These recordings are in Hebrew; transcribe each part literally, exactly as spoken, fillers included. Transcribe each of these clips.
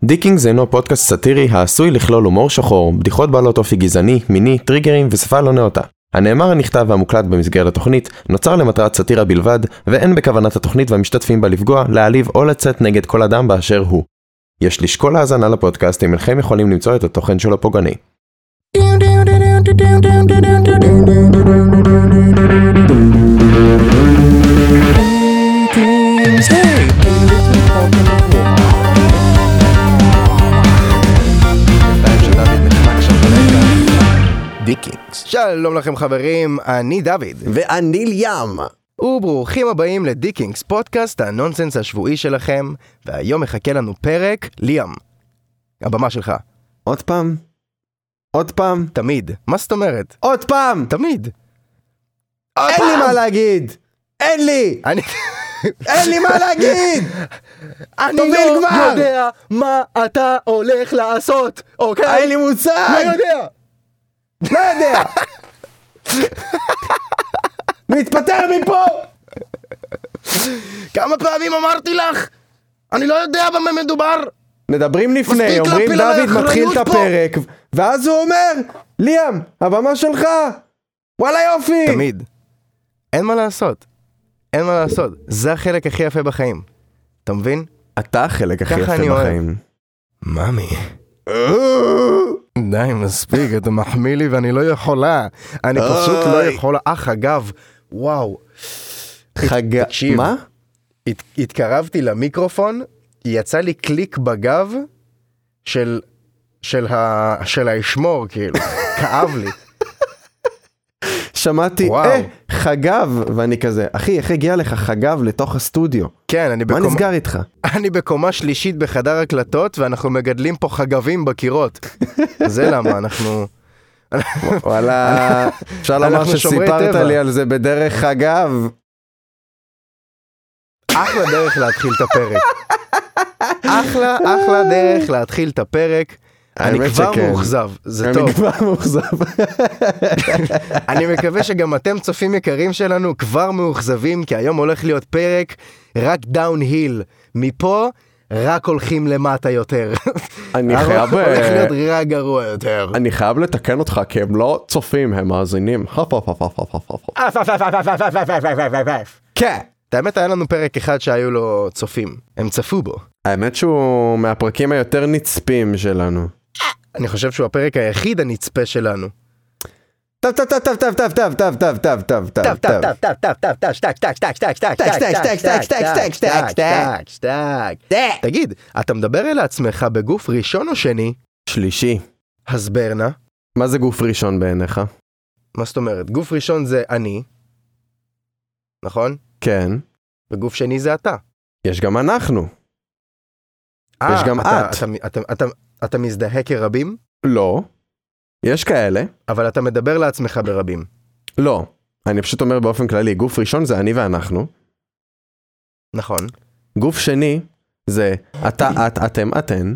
דיקינגס אינו פודקאסט סאטירי העשוי לכלול הומור שחור, בדיחות בעלות אופי גזעני, מיני, טריגרים ושפה לא נאותה. הנאמר הנכתב והמוקלט במסגרת התוכנית נוצר למטרת סאטירה בלבד, ואין בכוונת התוכנית והמשתתפים בה לפגוע, להעליב או לצאת נגד כל אדם באשר הוא. יש לשקול האזנה לפודקאסט אם אינכם יכולים למצוא את התוכן שלו פוגעני. דיקינגס. שלום לכם חברים, אני דוד. ואני ליאם. וברוכים הבאים לדיקינגס, פודקאסט הנונסנס השבועי שלכם, והיום מחכה לנו פרק ליאם. הבמה שלך. עוד פעם? עוד פעם? תמיד. מה זאת אומרת? עוד פעם! תמיד. אין לי מה להגיד! אין לי! אני... אין לי מה להגיד! אני תוביל לא כבר! יודע מה אתה הולך לעשות, אוקיי? אין לי מושג! לא יודע! לא יודע! מתפטר מפה! כמה פעמים אמרתי לך? אני לא יודע במה מדובר. מדברים לפני, מספיק אומרים להפיל עליי דוד מתחיל את אחריות פה. הפרק, ואז הוא אומר, ליאם, הבמה שלך! וואלה יופי! תמיד. אין מה לעשות. אין מה לעשות. זה החלק הכי יפה בחיים. אתה מבין? אתה החלק הכי ככה יפה אני אוהב. בחיים. ממי. די, מספיק, אתה מחמיא לי ואני לא יכולה. אני פשוט לא יכולה. אך, אגב, וואו. חג... תקשיב. מה? הת... התקרבתי למיקרופון, יצא לי קליק בגב של, של, ה... של הישמור, כאילו. כאב לי. שמעתי, וואו. אה, חגב, ואני כזה, אחי, איך הגיע לך חגב לתוך הסטודיו? כן, אני מה בקומה... נסגר איתך? אני בקומה שלישית בחדר הקלטות, ואנחנו מגדלים פה חגבים בקירות. זה למה אנחנו... וואלה, אפשר לומר אנחנו שומרי שסיפרת טבע. לי על זה בדרך חגב. אחלה דרך להתחיל את הפרק. אחלה, אחלה דרך להתחיל את הפרק. אני האמת כבר שכן. מאוכזב, זה אני טוב. כבר מאוכזב. אני מקווה שגם אתם צופים יקרים שלנו כבר מאוכזבים, כי היום הולך להיות פרק רק דאון-היל. מפה רק הולכים למטה יותר. אני חייב... הולך להיות רק גרוע יותר. אני חייב לתקן אותך, כי הם לא צופים, הם מאזינים. כן. את האמת, היה לנו פרק אחד שהיו לו צופים. הם צפו בו. האמת שהוא מהפרקים היותר נצפים שלנו. אני חושב שהוא הפרק היחיד הנצפה שלנו. טב טב טב טב טב טב טב טב טב טב טב טב תגיד, אתה מדבר אל עצמך בגוף ראשון או שני? שלישי. הסבר נא. מה זה גוף ראשון בעיניך? מה זאת אומרת? גוף ראשון זה אני, נכון? כן. וגוף שני זה אתה. יש גם אנחנו. יש גם אתה- את. אתה- אתה- אתה- אתה מזדהה כרבים, לא. יש כאלה. אבל אתה מדבר לעצמך ברבים. לא. אני פשוט אומר באופן כללי, גוף ראשון זה אני ואנחנו. נכון. גוף שני זה אתה, את, אתם, אתן.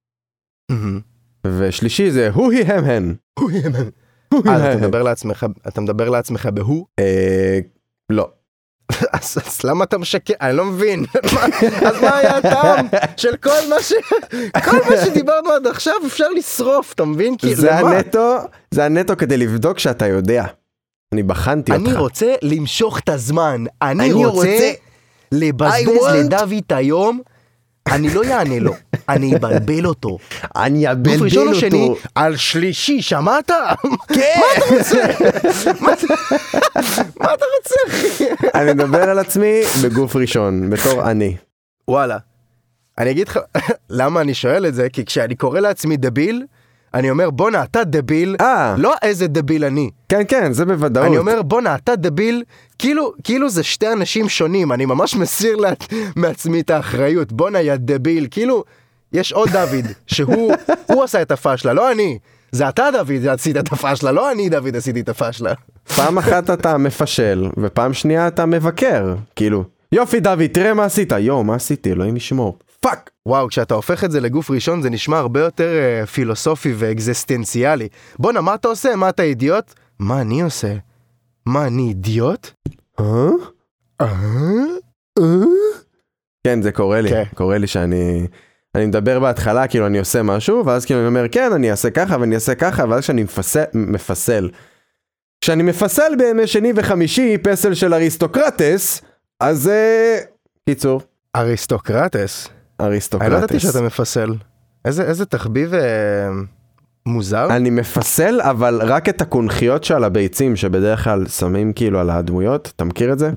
ושלישי זה הוא, היא, הם, הן. הוא, היא, אז אתה הם. מדבר לעצמך, אתה מדבר לעצמך בהוא? אה, לא. אז אז למה אתה משקר? אני לא מבין. מה- אז מה היה הטעם של כל מה ש... כל מה שדיברנו עד עכשיו אפשר לשרוף, אתה מבין? כי זה למה? הנטו, זה הנטו כדי לבדוק שאתה יודע. אני בחנתי אותך. אני רוצה למשוך את הזמן. אני אני רוצה רוצה- I לבזבז want- לדוד היום. אני לא יענה לו, אני אבלבל אותו. אני אבלבל גוף ראשון או אותו. שני, על שלישי, שמעת? כן. מה אתה רוצה? מה אתה- מה אתה רוצה, אחי? אני מדבר על עצמי בגוף ראשון, בתור אני. וואלה, אני אגיד לך, למה אני שואל את זה? כי כשאני קורא לעצמי דביל, אני אומר, בונה, אתה דביל, אה. לא איזה דביל אני. כן, כן, זה בוודאות. אני אומר, בונה, אתה דביל, כאילו, כאילו זה שתי אנשים שונים, אני ממש מסיר לה, מעצמי את האחריות. בונה, יא דביל, כאילו, יש עוד דוד, שהוא הוא עשה את הפשלה, לא אני. זה אתה, דוד, עשית את הפשלה, לא אני, דוד, עשיתי את הפשלה. פעם אחת אתה מפשל, ופעם שנייה אתה מבקר. כאילו, יופי דוד, תראה מה עשית. יו, מה עשיתי? אלוהים ישמור. פאק. וואו, כשאתה הופך את זה לגוף ראשון, זה נשמע הרבה יותר uh, פילוסופי ואקזיסטנציאלי. בונה, מה אתה עושה? מה אתה אידיוט? מה אני עושה? מה, אני אידיוט? אה? אה? כן, זה קורא לי. כן. קורא לי שאני... אני מדבר בהתחלה, כאילו אני עושה משהו, ואז כאילו אני אומר, כן, אני אעשה ככה, ואני אעשה ככה, ואז כשאני מפסל, מפסל. כשאני מפסל בימי שני וחמישי פסל של אריסטוקרטס, אז אה, קיצור. אריסטוקרטס? אריסטוקרטס. אני לא ידעתי שאתה מפסל. איזה, איזה תחביב אה, מוזר. אני מפסל, אבל רק את הקונכיות שעל הביצים, שבדרך כלל שמים כאילו על הדמויות, אתה מכיר את זה?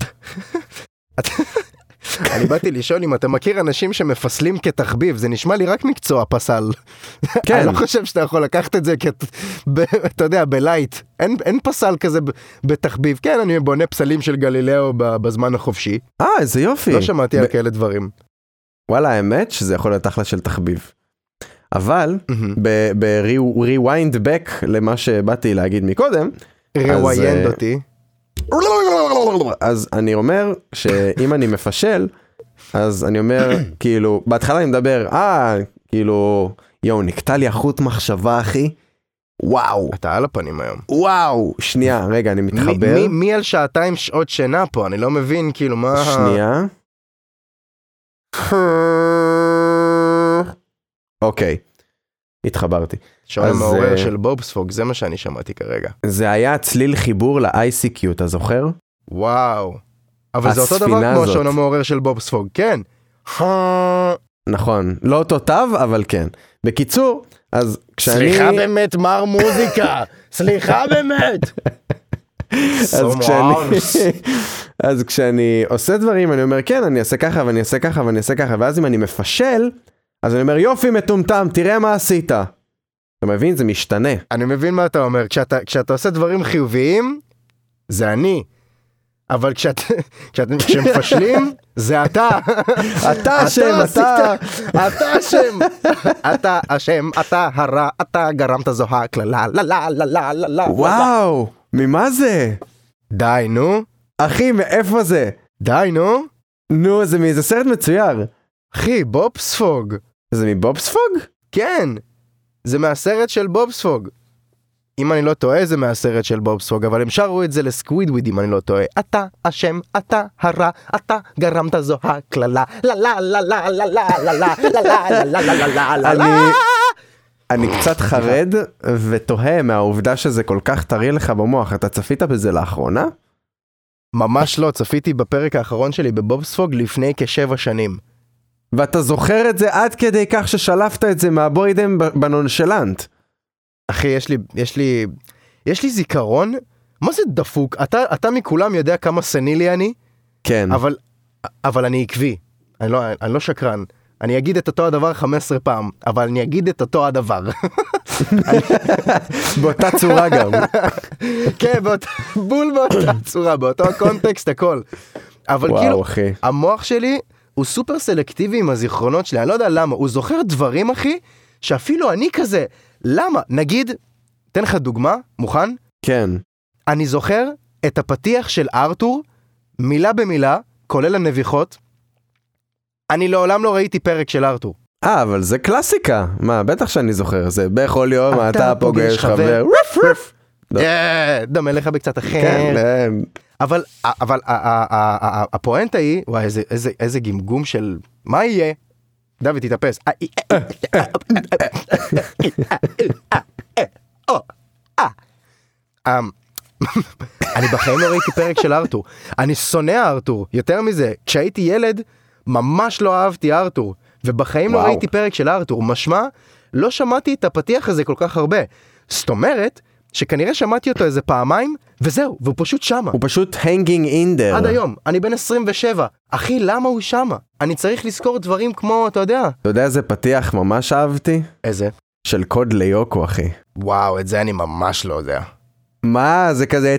אני באתי לשאול אם אתה מכיר אנשים שמפסלים כתחביב, זה נשמע לי רק מקצוע פסל. כן. אני לא חושב שאתה יכול לקחת את זה, אתה יודע, בלייט. אין, אין פסל כזה בתחביב. כן, אני בונה פסלים של גלילאו בזמן החופשי. אה, איזה יופי. לא שמעתי על כאלה דברים. וואלה, האמת שזה יכול להיות אחלה של תחביב. אבל, ב-rewind back למה שבאתי להגיד מקודם, rewind אותי. אז אני אומר שאם אני מפשל, אז אני אומר, כאילו, בהתחלה אני מדבר, אה, כאילו, יואו, נקטע לי החוט מחשבה, אחי. וואו. אתה על הפנים היום. וואו. שנייה, רגע, אני מתחבר. מי, מי, מי על שעתיים שעות שינה פה? אני לא מבין, כאילו, מה... שנייה. אוקיי. התחברתי. שעון המעורר של בובספוג, זה מה שאני שמעתי כרגע. זה היה צליל חיבור ל-איי סי קיו, אתה זוכר? וואו. אבל זה אותו דבר כמו שעון המעורר של בובספוג, כן. נכון, לא אותו תו, אבל כן. בקיצור, אז כשאני... סליחה באמת, מר מוזיקה. סליחה באמת. אז כשאני... אז כשאני עושה דברים, אני אומר, כן, אני אעשה ככה, ואני אעשה ככה, ואני אעשה ככה, ואז אם אני מפשל, אז אני אומר, יופי מטומטם, תראה מה עשית. אתה מבין? זה משתנה. אני מבין מה אתה אומר. כשאתה, כשאתה עושה דברים חיוביים, זה אני. אבל כשאת, כשאת, כשמפשלים, זה אתה. אתה אשם, אתה. אתה אשם. אתה אשם, אתה הרע, אתה גרמת זוהק, לה לה לה לה לה לה לה. וואו, ממה זה? די, נו. אחי, מאיפה זה? די, נו. נו, זה מאיזה סרט מצויר. אחי, בובספוג. זה מבובספוג? כן. זה מהסרט של בובספוג. אם אני לא טועה, זה מהסרט של בובספוג, אבל הם שרו את זה לסקווידוויד, אם אני לא טועה. אתה אשם, אתה הרע, אתה גרמת זוהק, לה לה לה לה לה לה לה לה לה לה לה לה לה לה לה. אני קצת חרד ותוהה מהעובדה שזה כל כך טרי לך במוח. אתה צפית בזה לאחרונה? ממש לא, צפיתי בפרק האחרון שלי בבובספוג לפני כשבע שנים. ואתה זוכר את זה עד כדי כך ששלפת את זה מהבוידם בנונשלנט. אחי, יש לי, יש לי, יש לי זיכרון, מה זה דפוק? אתה, אתה מכולם יודע כמה סנילי אני? כן. אבל, אבל אני עקבי. אני לא, אני לא שקרן. אני אגיד את אותו הדבר חמש עשרה פעם, אבל אני אגיד את אותו הדבר. באותה צורה גם. כן, בול באותה צורה, באותו קונטקסט, הכל. אבל וואו, כאילו, אחי. המוח שלי הוא סופר סלקטיבי עם הזיכרונות שלי, אני לא יודע למה, הוא זוכר דברים, אחי, שאפילו אני כזה, למה? נגיד, תן לך דוגמה, מוכן? כן. אני זוכר את הפתיח של ארתור, מילה במילה, כולל הנביחות, אני לעולם לא ראיתי פרק של ארתור. אה, אבל זה קלאסיקה. מה, בטח שאני זוכר, זה בכל יום אתה פוגש חבר. רף רף. דומה לך בקצת אחר. כן, אבל, אבל הפואנטה היא, וואי, איזה גמגום של, מה יהיה? דוד, תתאפס. אני בחיים לא ראיתי פרק של ארתור. אני שונא ארתור. יותר מזה, כשהייתי ילד, ממש לא אהבתי ארתור. ובחיים לא ראיתי פרק של ארתור. משמע, לא שמעתי את הפתיח הזה כל כך הרבה. זאת אומרת, שכנראה שמעתי אותו איזה פעמיים, וזהו, והוא פשוט שמה. הוא פשוט hanging in there. עד היום, אני בן עשרים ושבע. אחי, למה הוא שמה? אני צריך לזכור דברים כמו, אתה יודע. אתה יודע איזה פתיח ממש אהבתי? איזה? של קוד ליוקו, אחי. וואו, את זה אני ממש לא יודע. מה? זה כזה...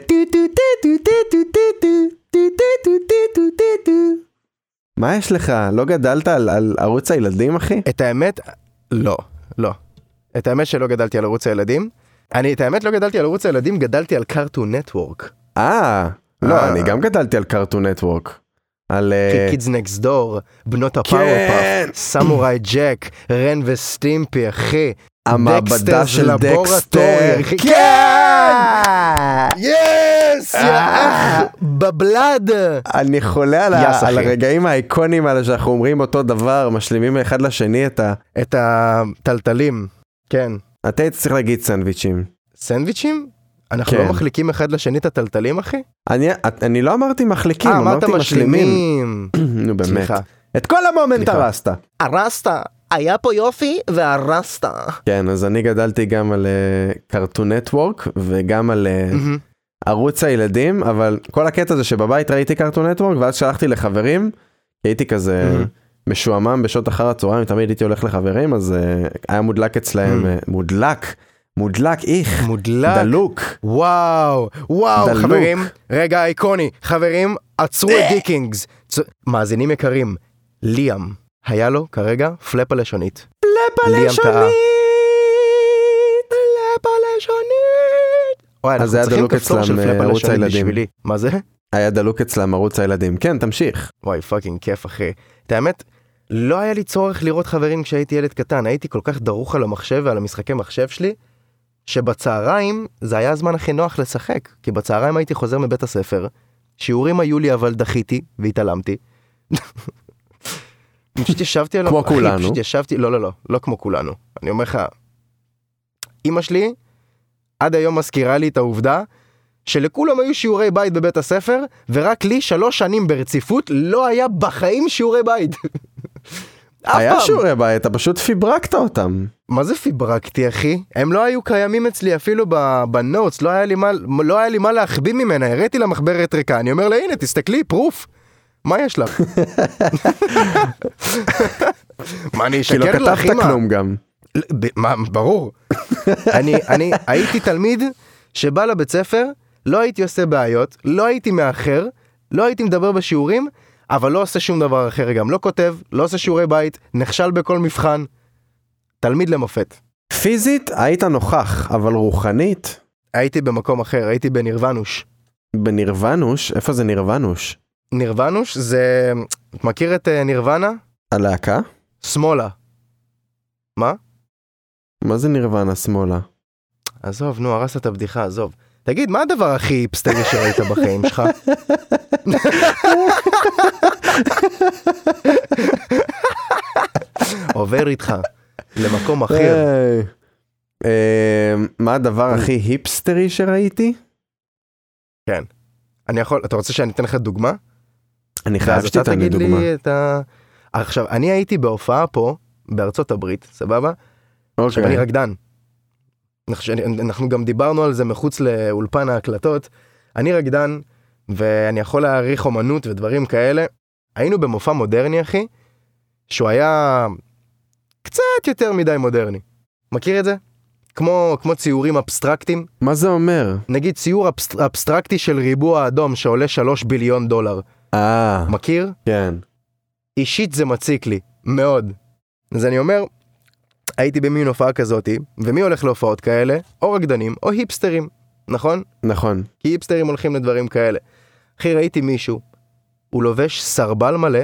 מה יש לך? לא גדלת על, על ערוץ הילדים, אחי? את האמת, לא, לא. את האמת שלא גדלתי על ערוץ הילדים. אני, את האמת, לא גדלתי על ערוץ הילדים, גדלתי על קארטון נטוורק. אה, לא, אני גם גדלתי על קארטון נטוורק. על... קידס נקסט דור, בנות הפאורפאף, סמוראי ג'ק, רן וסטימפי, אחי. המעבדה של דקסטר. כן! יאיי! יס, בבלד. אני חולה על הרגעים האיקונים האלה שאנחנו אומרים אותו דבר, משלימים אחד לשני את ה... את הטלטלים, כן. אתה היית צריך להגיד סנדוויצ'ים. סנדוויצ'ים? אנחנו לא מחליקים אחד לשני את הטלטלים, אחי? אני לא אמרתי מחליקים, אמרתי משלימים. נו באמת. את כל המומנט הרסת. הרסת. היה פה יופי והרסת. כן, אז אני גדלתי גם על קרטון נטוורק וגם על ערוץ הילדים, אבל כל הקטע זה שבבית ראיתי קרטון נטוורק, ואז שלחתי לחברים, הייתי כזה משועמם בשעות אחר הצהריים, תמיד הייתי הולך לחברים, אז היה מודלק אצלהם, מודלק, מודלק, איך, מודלק, דלוק. וואו, וואו, דלוק. חברים, רגע איקוני, חברים, עצרו את דיקינגס. מאזינים יקרים, ליאם. היה לו כרגע פלאפ הלשונית. פלאפ הלשונית! פלאפ הלשונית! אז היה דלוק אצלם ערוץ הילדים. מה זה? היה דלוק אצלם ערוץ הילדים. כן, תמשיך. וואי, פאקינג כיף, אחי. את האמת, לא היה לי צורך לראות חברים כשהייתי ילד קטן. הייתי כל כך דרוך על המחשב ועל המשחקי מחשב שלי, שבצהריים זה היה הזמן הכי נוח לשחק. כי בצהריים הייתי חוזר מבית הספר, שיעורים היו לי אבל דחיתי והתעלמתי. אני פשוט ישבתי עליו, כמו כולנו. פשוט ישבתי, לא, לא, לא, לא כמו כולנו. אני אומר לך, אמא שלי עד היום מזכירה לי את העובדה שלכולם היו שיעורי בית בבית הספר, ורק לי שלוש שנים ברציפות לא היה בחיים שיעורי בית. היה שיעורי בית, אתה פשוט פיברקת אותם. מה זה פיברקתי, אחי? הם לא היו קיימים אצלי אפילו בנוטס, לא היה לי מה, לא היה לי מה להחביא ממנה, הראיתי לה מחברת ריקה, אני אומר לה, הנה, תסתכלי, פרוף. מה יש לך? מה, אני אשקר לך, כי לא כתבת כלום גם. מה, ברור. אני, אני הייתי תלמיד שבא לבית ספר, לא הייתי עושה בעיות, לא הייתי מאחר, לא הייתי מדבר בשיעורים, אבל לא עושה שום דבר אחר גם. לא כותב, לא עושה שיעורי בית, נכשל בכל מבחן. תלמיד למופת. פיזית היית נוכח, אבל רוחנית? הייתי במקום אחר, הייתי בנירוונוש. בנירוונוש? איפה זה נירוונוש? נירוונוש זה... את מכיר את נירוונה? הלהקה? שמאלה. מה? מה זה נירוונה שמאלה? עזוב, נו, הרסת את הבדיחה, עזוב. תגיד, מה הדבר הכי היפסטרי שראית בחיים שלך? עובר איתך למקום אחר. מה הדבר הכי היפסטרי שראיתי? כן. אני יכול, אתה רוצה שאני אתן לך דוגמה? אני חייב שתתן לי דוגמה. ה... עכשיו, אני הייתי בהופעה פה, בארצות הברית, סבבה? אוקיי. עכשיו, אני רקדן. אנחנו גם דיברנו על זה מחוץ לאולפן ההקלטות. אני רקדן, ואני יכול להעריך אומנות ודברים כאלה. היינו במופע מודרני, אחי, שהוא היה קצת יותר מדי מודרני. מכיר את זה? כמו, כמו ציורים אבסטרקטיים. מה זה אומר? נגיד ציור אבסט, אבסטרקטי של ריבוע אדום שעולה שלוש ביליון דולר. אה. מכיר? כן. אישית זה מציק לי, מאוד. אז אני אומר, הייתי במין הופעה כזאת, ומי הולך להופעות כאלה? או רקדנים, או היפסטרים, נכון? נכון. כי היפסטרים הולכים לדברים כאלה. אחי, ראיתי מישהו, הוא לובש סרבל מלא,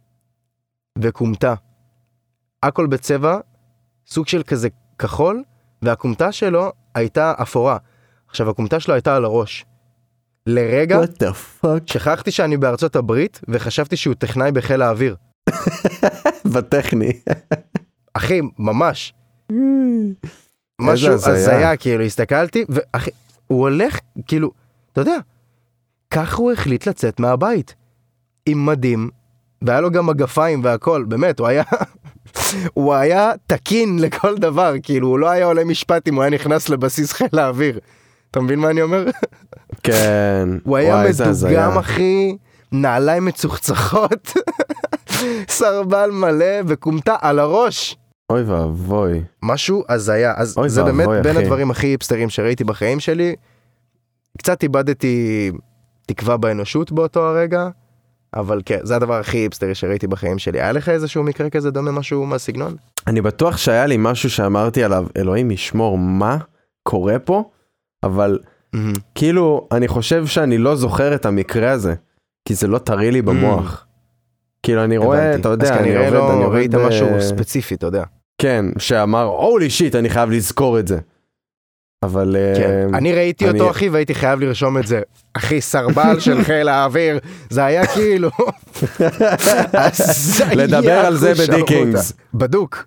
וקומתה. הכל בצבע, סוג של כזה כחול, והקומתה שלו הייתה אפורה. עכשיו, הקומתה שלו הייתה על הראש. לרגע, What the fuck? שכחתי שאני בארצות הברית, וחשבתי שהוא טכנאי בחיל האוויר. בטכני. אחי, ממש. משהו הזיה, כאילו, הסתכלתי, ואחי, הוא הולך, כאילו, אתה יודע, כך הוא החליט לצאת מהבית. עם מדים, והיה לו גם מגפיים והכל, באמת, הוא היה... הוא היה תקין לכל דבר, כאילו, הוא לא היה עולה משפט אם הוא היה נכנס לבסיס חיל האוויר. אתה מבין מה אני אומר? כן. הוא היה מדוגם, אחי, נעליים מצוחצחות, סרבל מלא, וקומתה על הראש. אוי ואבוי. משהו הזיה. אז זה באמת בין הדברים הכי היפסטרים שראיתי בחיים שלי. קצת איבדתי תקווה באנושות באותו הרגע, אבל כן, זה הדבר הכי היפסטרי שראיתי בחיים שלי. היה לך איזשהו מקרה כזה דומה, משהו מהסגנון? אני בטוח שהיה לי משהו שאמרתי עליו, אלוהים ישמור מה קורה פה, אבל mm-hmm. כאילו, אני חושב שאני לא זוכר את המקרה הזה, כי זה לא טרי לי במוח. Mm-hmm. כאילו, אני רואה, הבנתי. אתה יודע, אז אני עובד, לא אני ראית ב... משהו ספציפי, אתה יודע. כן, שאמר, הולי שיט, אני חייב לזכור את זה. אבל... כן. אה, אני ראיתי אני- אותו אחי והייתי חייב לרשום את זה. אחי, סרבל של חיל האוויר, זה היה כאילו... הזיה, לדבר על זה אחוז בדיקינגס. שרמוטה. בדוק.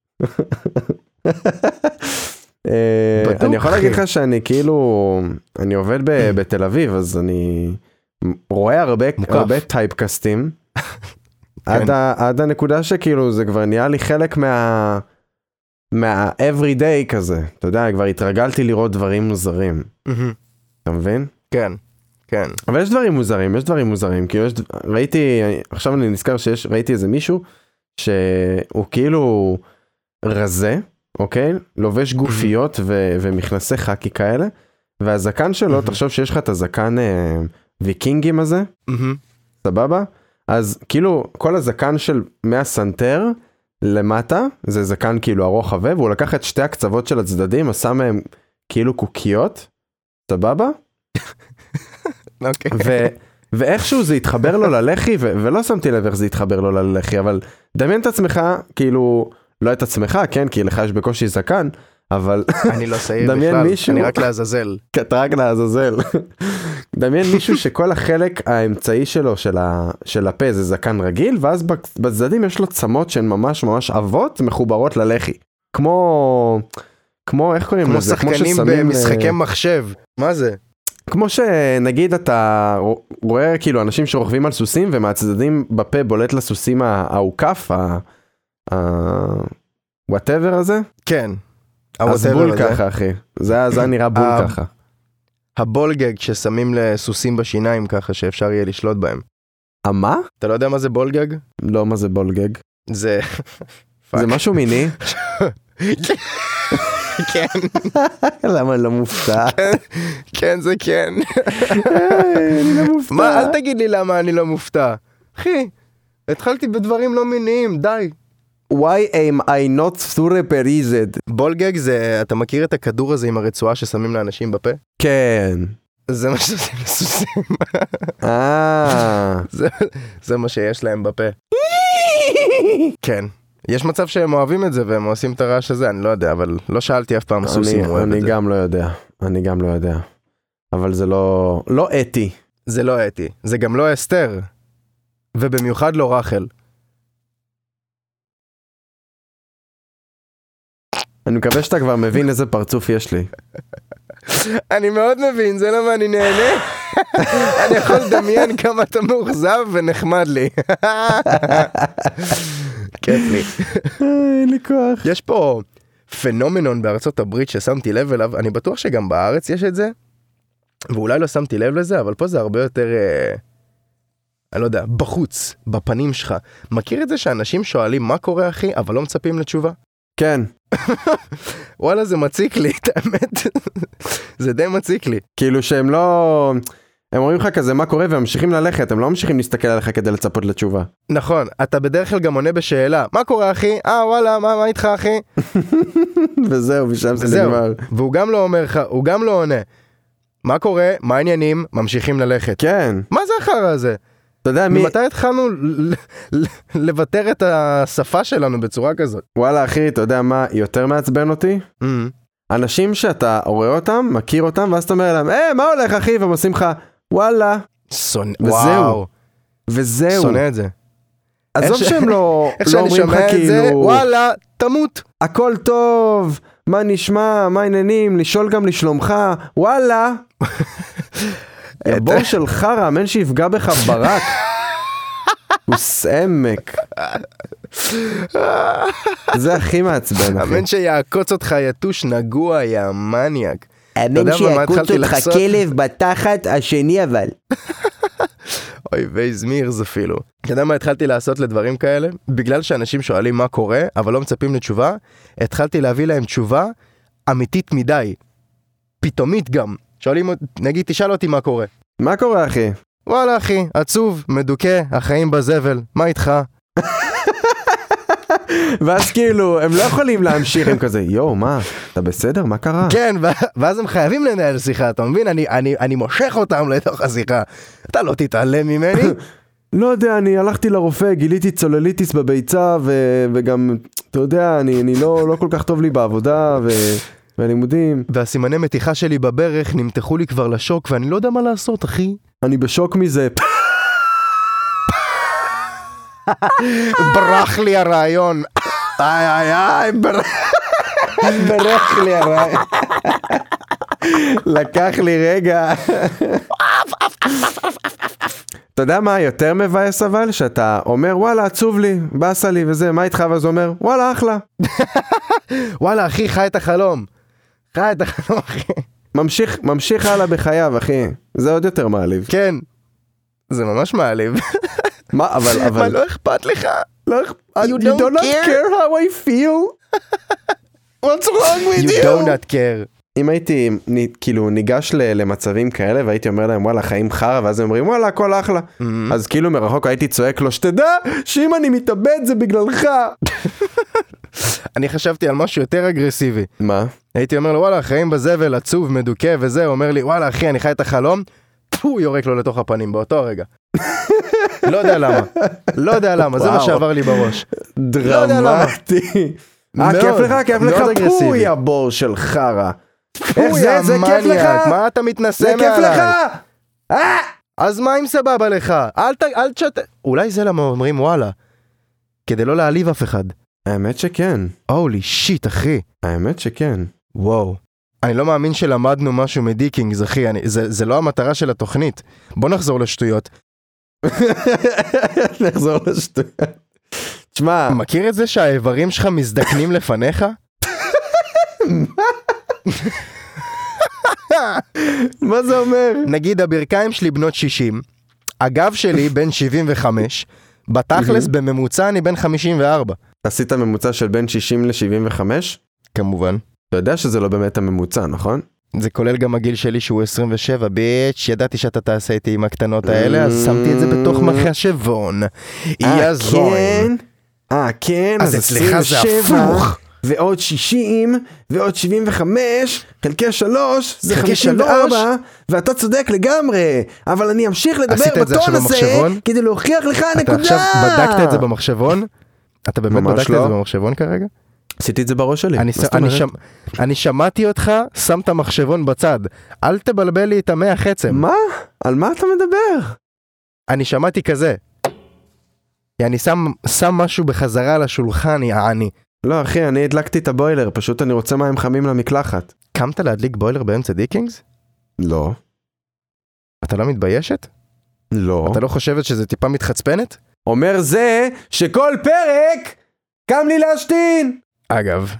אה, בדוק, אני יכול אחי. להגיד לך שאני כאילו, אני עובד ב- בתל אביב, אז אני רואה הרבה, מוקף. הרבה טייפקסטים, עד, ה, עד הנקודה שכאילו זה כבר נהיה לי חלק מה, מה everyday כזה, אתה יודע, כבר התרגלתי לראות דברים מוזרים, מהמם. אתה מבין? כן, כן. אבל יש דברים מוזרים, יש דברים מוזרים, כאילו יש, ראיתי, עכשיו אני נזכר שיש, ראיתי איזה מישהו, שהוא כאילו רזה, אוקיי? לובש גופיות ו- ומכנסי חקי כאלה, והזקן שלו, תחשוב שיש לך את הזקן אה, ויקינגים הזה, מהמם. סבבה? אז כאילו כל הזקן של מהסנטר למטה, זה זקן כאילו ארוך חווה, והוא לקח את שתי הקצוות של הצדדים, עשה מהם כאילו קוקיות, סבבה? אוקיי. ו- ואיכשהו זה התחבר לו ללחי, ו- ולא שמתי לב איך זה התחבר לו ללחי, אבל דמיין את עצמך, כאילו, לא את עצמך, כן, כי לך יש בקושי זקן, אבל אני לא שעיר דמיין בכלל, מישהו- אני רק לעזאזל. קטרק לעזאזל. דמיין מישהו שכל החלק האמצעי שלו, של, ה- של הפה, זה זקן רגיל, ואז בק- בצדדים יש לו צמות שהן ממש ממש אבות, מחוברות ללחי. כמו, כמו, איך קוראים כמו לזה? שחקנים ששמים, במשחקי אה, מחשב. מה זה? כמו שנגיד אתה רואה כאילו אנשים שרוכבים על סוסים ומהצדדים בפה בולט לסוסים העוקף, ה-whatever הזה, כן. אז ה-whatever בול הזה. ככה אחי, זה זה נראה בול ה- ככה. הבולגג ששמים לסוסים בשיניים ככה שאפשר יהיה לשלוט בהם. מה? אתה לא יודע מה זה בולגג? לא, מה זה בולגג? זה... זה משהו מיני? כן, למה אני לא מופתע? כן זה כן. אני לא מופתע. מה, אל תגיד לי למה אני לא מופתע. אחי, התחלתי בדברים לא מיניים, די. Why am I not surprised? בולגג זה, אתה מכיר את הכדור הזה עם הרצועה ששמים לאנשים בפה? כן. זה מה שעושים לסוסים. אה. זה, זה מה שיש להם בפה. כן. יש מצב שהם אוהבים את זה והם עושים את הרעש הזה, אני לא יודע, אבל לא שאלתי אף פעם סוס אם אני- הוא אוהב אני את זה. גם לא יודע. אני גם לא יודע. אבל זה לא לא אתי. זה לא אתי, זה גם לא אסתר. ובמיוחד לא רחל. אני מקווה שאתה כבר מבין איזה פרצוף יש לי. אני מאוד מבין, זה למה אני נהנה. אני יכול לדמיין כמה אתה מאוכזב ונחמד לי. כיף לי. אין לי כוח. יש פה פנומנון בארצות הברית ששמתי לב אליו, אני בטוח שגם בארץ יש את זה, ואולי לא שמתי לב לזה, אבל פה זה הרבה יותר, אה, אני לא יודע, בחוץ, בפנים שלך. מכיר את זה שאנשים שואלים מה קורה אחי, אבל לא מצפים לתשובה? כן. וואלה זה מציק לי, את האמת. זה די מציק לי. כאילו שהם לא... הם אומרים לך כזה מה קורה והם ממשיכים ללכת, הם לא ממשיכים להסתכל עליך כדי לצפות לתשובה. נכון, אתה בדרך כלל גם עונה בשאלה, מה קורה אחי? אה וואלה, מה, מה איתך אחי? וזהו, ושם זה וזהו, נגמר. והוא גם לא אומר לך, הוא גם לא עונה. מה קורה? מה העניינים? ממשיכים ללכת. כן. מה זה החרא הזה? אתה יודע מי... ממתי התחלנו ל- ל- לוותר את השפה שלנו בצורה כזאת? וואלה אחי, אתה יודע מה יותר מעצבן אותי? Mm. אנשים שאתה רואה אותם, מכיר אותם, ואז אתה אומר להם, אה, מה הולך אחי? והם עושים לך, וואלה. שונא, וזהו. וואו, וזהו. שונא את זה. עזוב איך ש- שהם לא, איך לא שאני אומרים לך שומע את זה, כאילו, וואלה, תמות. הכל טוב, מה נשמע, מה העניינים, לשאול גם לשלומך, וואלה. בור של חרא, אמן שיפגע בך ברק. הוא סעמק. זה הכי מעצבן, אחי. אמן שיעקוץ אותך יתוש נגוע, יא מניאק. אתה אמן יודע מה, מה שיעקוץ התחלתי אותך לעשות? כלב בתחת השני אבל. אוי וייז מירס אפילו. אתה יודע מה התחלתי לעשות לדברים כאלה? בגלל שאנשים שואלים מה קורה, אבל לא מצפים לתשובה, התחלתי להביא להם תשובה אמיתית מדי. פתאומית גם. שואלים, נגיד, תשאל אותי מה קורה. מה קורה אחי? וואלה אחי, עצוב, מדוכא, החיים בזבל, מה איתך? ואז כאילו, הם לא יכולים להמשיך, הם כזה, יואו, מה? אתה בסדר? מה קרה? כן, ו- ואז הם חייבים לנהל שיחה, אתה מבין? אני, אני, אני מושך אותם לתוך השיחה. אתה לא תתעלם ממני? לא יודע, אני הלכתי לרופא, גיליתי צולליטיס בביצה, ו- וגם, אתה יודע, אני, אני לא, לא כל כך טוב לי בעבודה, ו... והלימודים. והסימני מתיחה שלי בברך נמתחו לי כבר לשוק, ואני לא יודע מה לעשות, אחי. אני בשוק מזה. ברח לי הרעיון. איי איי איי, ברח לי הרעיון. לקח לי רגע. אתה יודע מה יותר מבאס אבל? שאתה אומר וואלה עצוב לי, באסה לי וזה, מה איתך? ואז אומר וואלה אחלה. וואלה אחי, חי את החלום. חי את החלום אחי. ממשיך, ממשיך הלאה בחייו אחי. זה עוד יותר מעליב. כן. זה ממש מעליב. מה אבל אבל מה לא אכפת לך? לא אכפת. You You don't do not care? care how I feel. What's wrong with You you? do not care. אם הייתי נ- כאילו ניגש ל- למצבים כאלה והייתי אומר להם וואלה חיים חרה, ואז הם אומרים וואלה הכל אחלה, אז כאילו מרחוק הייתי צועק לו שתדע שאם אני מתאבד זה בגללך. אני חשבתי על משהו יותר אגרסיבי. מה? הייתי אומר לו וואלה חיים בזבל עצוב מדוכא וזה, הוא אומר לי וואלה אחי אני חי את החלום, הוא יורק לו לתוך הפנים באותו רגע. לא יודע למה, לא יודע למה, זה מה וואו. שעבר לי בראש. לא יודע למה. דרמטי. אה מאוד, כיף לך? כיף מאוד לך? אגרסיבי. פוי הבור של חרה. איך אוי, זה? זה כיף לך? המניאק, מה אתה מתנסה זה מעליי? כיף לך? אה! אז מה אם סבבה לך? אל ת... אל תשת... אולי זה למה אומרים וואלה. כדי לא להעליב אף אחד. האמת שכן. הולי שיט אחי. האמת שכן. וואו. אני לא מאמין שלמדנו משהו מדיקינגס אחי. אני... זה, זה לא המטרה של התוכנית. בוא נחזור לשטויות. נחזור לשטויות. תשמע, מכיר את זה שהאיברים שלך מזדקנים לפניך? מה זה אומר? נגיד הברכיים שלי בנות שישים, הגב שלי בן שבעים וחמש, בתכלס בממוצע אני בן חמישים וארבע. עשית ממוצע של בין שישים ל-שבעים וחמש? כמובן. אתה יודע שזה לא באמת הממוצע, נכון? זה כולל גם הגיל שלי שהוא עשרים ושבע, ביץ', ידעתי שאתה תעשה איתי עם הקטנות האלה, אז שמתי את זה בתוך מחשבון. יזון. אה, כן, אז אצלך זה הפוך. ועוד שישים, ועוד שבעים וחמש, חלקי שלוש, זה חלקי חמישים וארבע, ואתה צודק לגמרי, אבל אני אמשיך לדבר עשית את זה בטון עכשיו הזה, במחשבון? כדי להוכיח לך אתה נקודה. עכשיו בדקת את זה במחשבון? אתה באמת ממש בדקת לא. את זה במחשבון כרגע? עשיתי את זה בראש שלי. אני, מה ס... זאת אני, אומרת? שמ... אני שמעתי אותך, שם את המחשבון בצד. אל תבלבל לי את המח עצם. מה? על מה אתה מדבר? אני שמעתי כזה. אני שם, שם משהו בחזרה על השולחן, יעני. לא אחי, אני הדלקתי את הבוילר, פשוט אני רוצה מים חמים למקלחת. קמת להדליק בוילר באמצע דיקינגס? לא. אתה לא מתביישת? לא. אתה לא חושבת שזה טיפה מתחצפנת? אומר זה שכל פרק קם לי להשתין. אגב,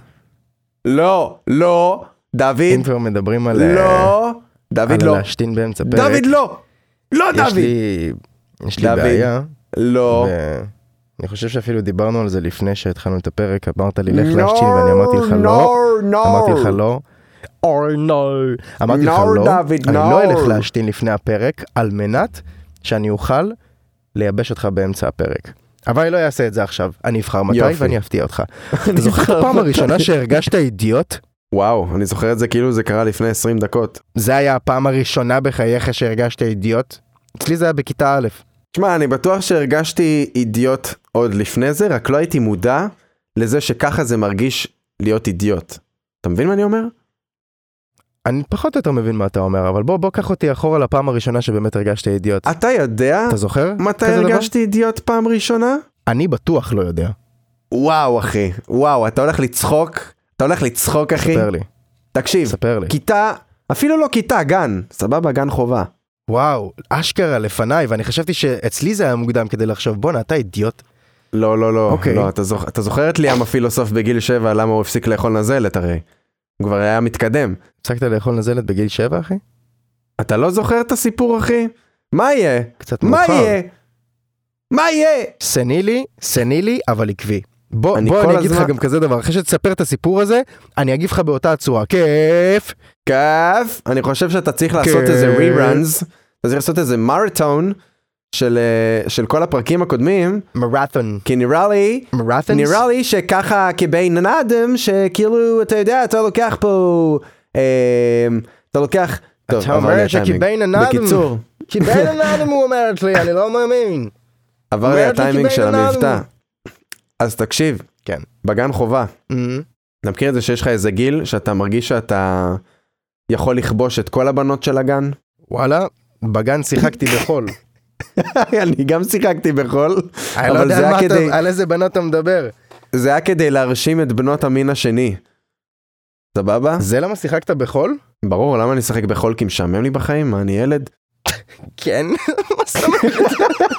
לא, לא, דוד, אם כבר מדברים על... לא, דוד על לא, להשתין באמצע פרק. דוד לא, לא יש דוד, לי... יש לי דוד. בעיה. לא, אני חושב שאפילו דיברנו על זה לפני שהתחלנו את הפרק, אמרת לי לך להשתין ואני אמרתי לך לא. אמרתי לך לא. אוי נו. אמרתי לך No, לא. דוד, אני no. לא אלך להשתין לפני הפרק על מנת שאני אוכל לייבש אותך באמצע הפרק. אבל אני לא אעשה את זה עכשיו. אני אבחר מתי יופי. ואני אפתיע אותך. אתה זוכר את הפעם הראשונה שהרגשת אידיוט? וואו, אני זוכר את זה כאילו זה קרה לפני עשרים דקות. זה היה הפעם הראשונה בחייך שהרגשת אידיוט? אצלי זה היה בכיתה א'. תשמע, אני בטוח שהרגשתי אידיוט עוד לפני זה, רק לא הייתי מודע לזה שככה זה מרגיש להיות אידיוט. אתה מבין מה אני אומר? אני פחות או יותר מבין מה אתה אומר, אבל בוא, בוא קח אותי אחורה לפעם הראשונה שבאמת הרגשת אידיוט. אתה יודע אתה זוכר? מתי כזה דבר? הרגשתי אידיוט פעם ראשונה? אני בטוח לא יודע. וואו אחי, וואו, אתה הולך לצחוק, אתה הולך לצחוק אחי. ספר לי, תקשיב, ספר לי. כיתה, אפילו לא כיתה, גן, סבבה, גן חובה. וואו, אשכרה לפניי, ואני חשבתי שאצלי זה היה מוקדם כדי לחשוב, בוא, אתה אידיוט. לא, לא, לא, אוקיי. לא, אתה, זוכ... אתה זוכר את ליאם הפילוסוף בגיל שבע, למה הוא הפסיק לאכול נזלת הרי? הוא כבר היה מתקדם. הפסקת לאכול נזלת בגיל שבע, אחי? אתה לא זוכר את הסיפור אחי? מה יהיה? קצת מה מאוחר. יהיה? מה יהיה? סנילי, סנילי, אבל עקבי. בוא, אני בוא כל אני אגיד לך הזמן- גם כזה דבר, אחרי שתספר את הסיפור הזה, אני אגיב לך באותה הצורה. כיף! כיף. אני חושב שאתה צריך לעשות כן. איזה ריראנס, אתה צריך לעשות איזה מרתון של, אה, של כל הפרקים הקודמים, מרתון. כי נראה לי, מרתונס? נראה לי שככה כבין אדם, שכאילו, אתה יודע, אתה לוקח פה, אה, אתה לוקח, טוב, אתה עבר לי אומר הטיימינג. שכבין אדם. בקיצור, כבין אדם הוא אומרת לי, אני לא מאמין. עבר לי אומרת לי הטיימינג כבין של אדם. המבטא. אז תקשיב, כן. בגן חובה, Mhm. אתה מכיר את זה שיש לך איזה גיל, שאתה מרגיש שאתה יכול לכבוש את כל הבנות של הגן? וואלה, בגן שיחקתי בחול. אני גם שיחקתי בחול, אני לא יודע מה אתה, על איזה בנות אתה מדבר. זה היה כדי להרשים את בנות המין השני. סבבה? זה למה שיחקת בחול? ברור, למה אני אשחק בחול? כי משעמם לי בחיים? מה, אני ילד? כן, מה זאת אומרת?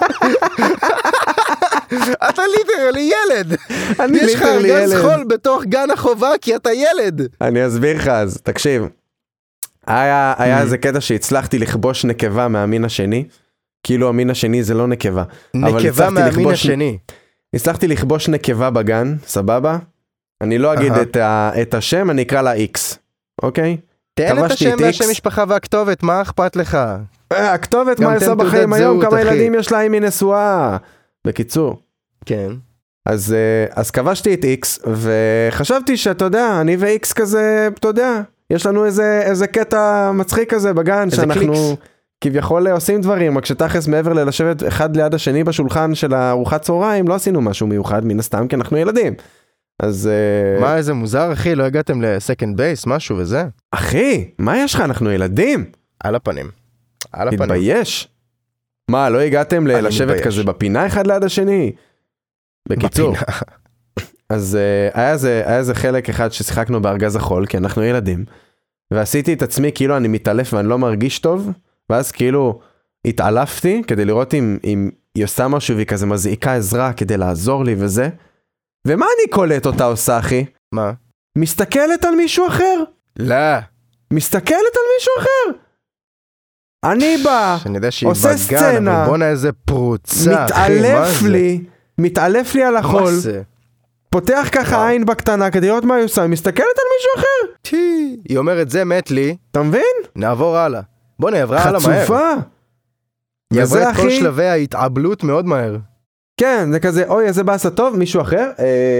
אתה ליטרלי ילד. אני יש לך ליטרלי ארגז ילד. חול בתוך גן החובה כי אתה ילד. אני אסביר לך אז, תקשיב. היה, היה איזה קטע שהצלחתי לכבוש נקבה מהמין השני. כאילו המין השני זה לא נקבה. נקבה מהמין לכבוש, השני. הצלחתי לכבוש נקבה בגן, סבבה? אני לא אגיד את, ה, את השם, אני אקרא לה X, אוקיי? תן את השם והשם משפחה והכתובת, מה אכפת לך? הכתובת, מה עושה בחיים היום, כמה ילדים יש לה אם היא נשואה. בקיצור. כן. אז, אז כבשתי את X, וחשבתי שאתה יודע, אני ו-X כזה, אתה יודע, יש לנו איזה, איזה קטע מצחיק כזה בגן, שאנחנו קליקס. כביכול עושים דברים, רק שתכלס מעבר ללשבת אחד ליד השני בשולחן של ארוחת צהריים, לא עשינו משהו מיוחד מן הסתם, כי אנחנו ילדים. אז... מה, איזה מוזר, אחי, לא הגעתם לסקנד בייס, משהו וזה? אחי, מה יש לך? אנחנו ילדים. על הפנים. על הפנים. תתבייש. מה, לא הגעתם לשבת כזה בפינה אחד ליד השני? בקיצור. אז uh, היה זה, היה זה חלק אחד ששיחקנו בארגז החול, כי אנחנו ילדים, ועשיתי את עצמי כאילו אני מתעלף ואני לא מרגיש טוב, ואז כאילו התעלפתי כדי לראות אם, אם היא עושה משהו והיא כזה מזעיקה עזרה כדי לעזור לי וזה. ומה אני קולט אותה עושה, אחי? מה? מסתכלת על מישהו אחר? לא. מסתכלת על מישהו אחר? אני בא, עושה סצנה, בוא נה איזה פרוצה, מתעלף לי, מתעלף לי על החול, פותח ככה עין בקטנה כדי לראות מה היא עושה, מסתכלת על מישהו אחר. טי, היא אומרת זה מת לי. אתה מבין? נעבור הלאה. בוא נעברה הלאה מהר. חצופה. היא עברה את כל שלבי ההתעבלות מאוד מהר. כן, זה כזה, אוי, איזה באסה טוב, מישהו אחר.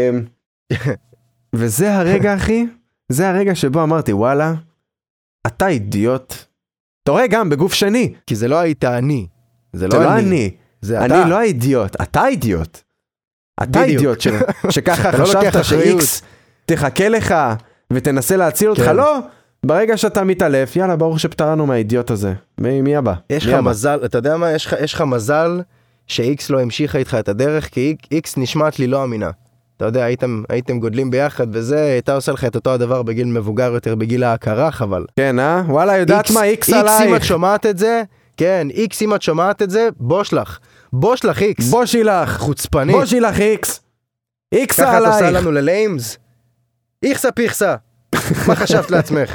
וזה הרגע, אחי, זה הרגע שבו אמרתי, וואלה, אתה אידיוט. אתה רואה גם בגוף שני. כי זה לא היית אני. זה לא לא אני. זה אתה. אני לא האידיוט, אתה אידיוט. אתה אידיוט שככה חשבת ש-X תחכה לך ותנסה להציל אותך, לא? ברגע שאתה מתעלף, יאללה, ברור שפטרנו מהאידיוט הזה. מי הבא? יש לך מזל, אתה יודע מה? יש לך מזל ש-X לא המשיכה איתך את הדרך, כי X נשמעת לי לא אמינה. אתה יודע, הייתם, הייתם גודלים ביחד, וזה הייתה עושה לך את אותו הדבר בגיל מבוגר יותר, בגיל ההכרה, חבל. כן, אה? וואלה, יודעת מה, X עלייך. X אם את שומעת את זה, כן, X אם את שומעת את זה, בוש לך. בוש לך, X. בושי לך. חוצפנית. בושי לך, X. X ככה עלייך. ככה את עושה לנו לליימס? איכסה פיכסה. מה חשבת לעצמך?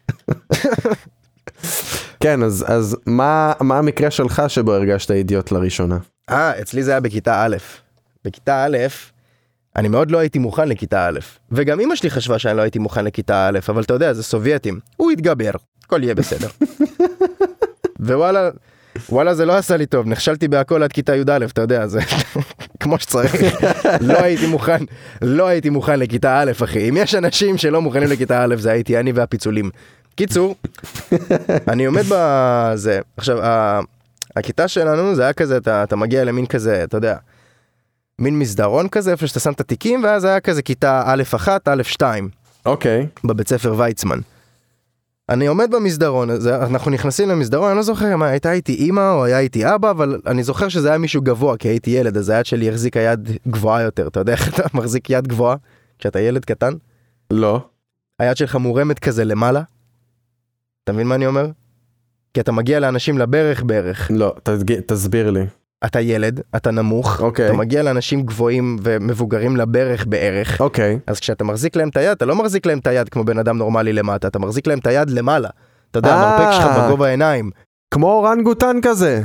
כן, אז, אז מה, מה המקרה שלך שבו הרגשת אידיוט לראשונה? אה, אצלי זה היה בכיתה א'. בכיתה א', אני מאוד לא הייתי מוכן לכיתה א', וגם אמא שלי חשבה שאני לא הייתי מוכן לכיתה א', אבל אתה יודע, זה סובייטים, הוא יתגבר, הכל יהיה בסדר. ווואלה, וואלה זה לא עשה לי טוב, נכשלתי בהכל עד כיתה י' א', אתה יודע, זה כמו שצריך. לא הייתי מוכן, לא הייתי מוכן לכיתה א', אחי. אם יש אנשים שלא מוכנים לכיתה א', זה הייתי אני והפיצולים. קיצור, אני עומד בזה, עכשיו, הכיתה שלנו זה היה כזה, אתה, אתה מגיע למין כזה, אתה יודע, מין מסדרון כזה, איפה שאתה שם את התיקים, ואז היה כזה כיתה א' אחת, א' שתיים. אוקיי. בבית ספר ויצמן. אני עומד במסדרון, אנחנו נכנסים למסדרון, אני לא זוכר מה, הייתה איתי אמא או היה איתי אבא, אבל אני זוכר שזה היה מישהו גבוה, כי הייתי ילד, אז היד שלי החזיקה יד גבוהה יותר. אתה יודע איך אתה מחזיק יד גבוהה כשאתה ילד קטן? לא. היד שלך מורמת כזה למעלה. אתה מבין מה אני אומר? כי אתה מגיע לאנשים לברך בערך. לא, תסביר לי. אתה ילד, אתה נמוך, okay. אתה מגיע לאנשים גבוהים ומבוגרים לברך בערך. אוקיי. אז כשאתה מחזיק להם את היד, אתה לא מחזיק להם את היד כמו בן אדם נורמלי למטה, אתה מחזיק להם את היד למעלה. אתה יודע, המרפק שלך בגובה העיניים. כמו אורנגוטן כזה.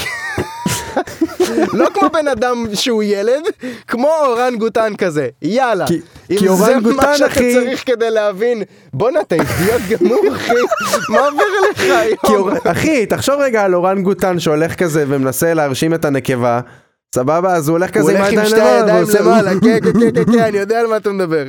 לא כמו בן אדם שהוא ילד, כמו אורנגוטן כזה. יאללה. כי, אם כי זה אורנגוטן, מה שאתה אחי... צריך כדי להבין, בוא נת, אידיוט גמור, אחי. מה עובר אליך היום? כי, אחי, תחשוב רגע על אורנגוטן שהולך כזה ומנסה להרשים את הנקבה. סבבה, אז הוא הולך כזה עם הידיים למעלה. הוא הולך עם שתי ידיים למעלה, כן, כן, כן, כן, אני יודע על מה אתה מדבר.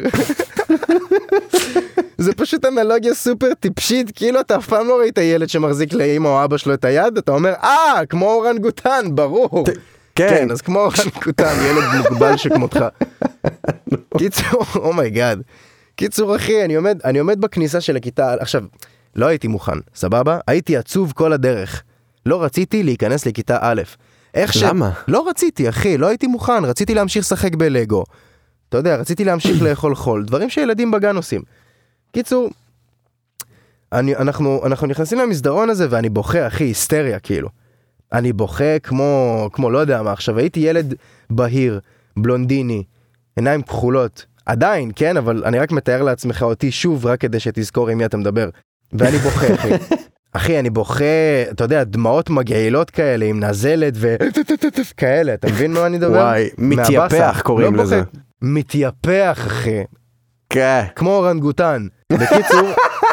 זה פשוט אנלוגיה סופר טיפשית, כאילו אתה אף פעם לא ראית ילד שמחזיק לאמא או אבא שלו את היד, אתה אומר, אה, כמו אורנגוטן, ברור. כן, אז כמו אורנגוטן, ילד מוגבל שכמותך. קיצור, אומייגאד. קיצור אחי, אני עומד, אני עומד בכניסה של הכיתה, עכשיו, לא הייתי מוכן, סבבה? הייתי עצוב כל הדרך. לא רציתי להיכנס לכיתה א'. איך ש... למה? לא רציתי, אחי, לא הייתי מוכן, רציתי להמשיך לשחק בלגו. אתה יודע, רציתי להמשיך לאכול חול, דברים שילדים בגן עושים. קיצור, אני, אנחנו, אנחנו נכנסים למסדרון הזה ואני בוכה, אחי, היסטריה, כאילו. אני בוכה כמו, כמו לא יודע מה, עכשיו הייתי ילד בהיר, בלונדיני, עיניים כחולות, עדיין, כן, אבל אני רק מתאר לעצמך אותי שוב, רק כדי שתזכור עם מי אתה מדבר. ואני בוכה, אחי. אחי, אני בוכה, אתה יודע, דמעות מגעילות כאלה, עם נזלת וכאלה, אתה מבין מה אני מדבר? וואי, מתייפח קוראים לזה. מתייפח, אחי. כן. כמו אורנגוטן. בקיצור...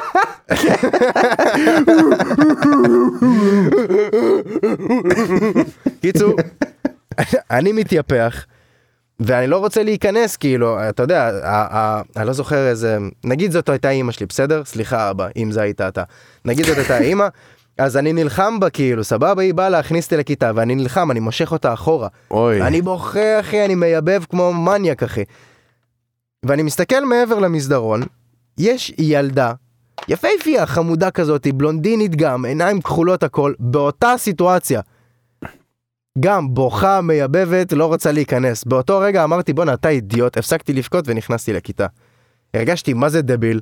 קיצור, אני מתייפח, ואני לא רוצה להיכנס, כאילו, אתה יודע, אני לא זוכר איזה, נגיד זאת הייתה אימא שלי, בסדר? סליחה אבא, אם זה הייתה אתה. נגיד זאת הייתה אימא, אז אני נלחם בה, כאילו, סבבה, היא באה להכניס אותי לכיתה, ואני נלחם, אני מושך אותה אחורה. אוי. אני בוכה, אחי, אני מייבב כמו מניאק, אחי. ואני מסתכל מעבר למסדרון, יש ילדה, יפהפייה, חמודה כזאת, בלונדינית גם, עיניים כחולות הכל, באותה סיטואציה. גם בוכה, מייבבת, לא רוצה להיכנס. באותו רגע אמרתי, בוא, אתה אידיוט, הפסקתי לבכות ונכנסתי לכיתה. הרגשתי, מה זה דביל?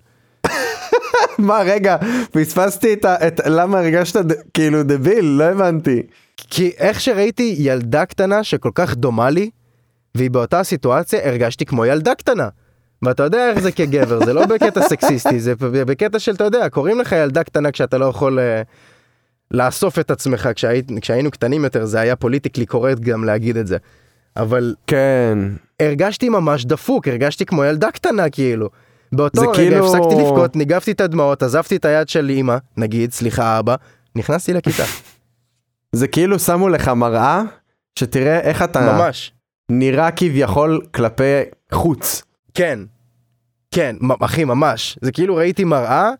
מה, רגע, פספסתי את ה... את, למה הרגשת ד, כאילו דביל? לא הבנתי. כי איך שראיתי ילדה קטנה שכל כך דומה לי, והיא באותה סיטואציה, הרגשתי כמו ילדה קטנה. ואתה יודע איך זה כגבר, זה לא בקטע סקסיסטי, זה בקטע של, אתה יודע, קוראים לך ילדה קטנה כשאתה לא יכול uh, לאסוף את עצמך, כשהי, כשהיינו קטנים יותר, זה היה פוליטיקלי קורקט גם להגיד את זה. אבל... כן. הרגשתי ממש דפוק, הרגשתי כמו ילדה קטנה כאילו. באותו רגע כאילו... הפסקתי לבכות, ניגבתי את הדמעות, עזבתי את היד של אמא, נגיד, סליחה אבא, נכנסתי לכיתה. זה כאילו שמו לך מראה, שתראה איך אתה... ממש. נראה כביכול כלפי חוץ. כן. כן, אחי, ממש. זה כאילו ראיתי מראה,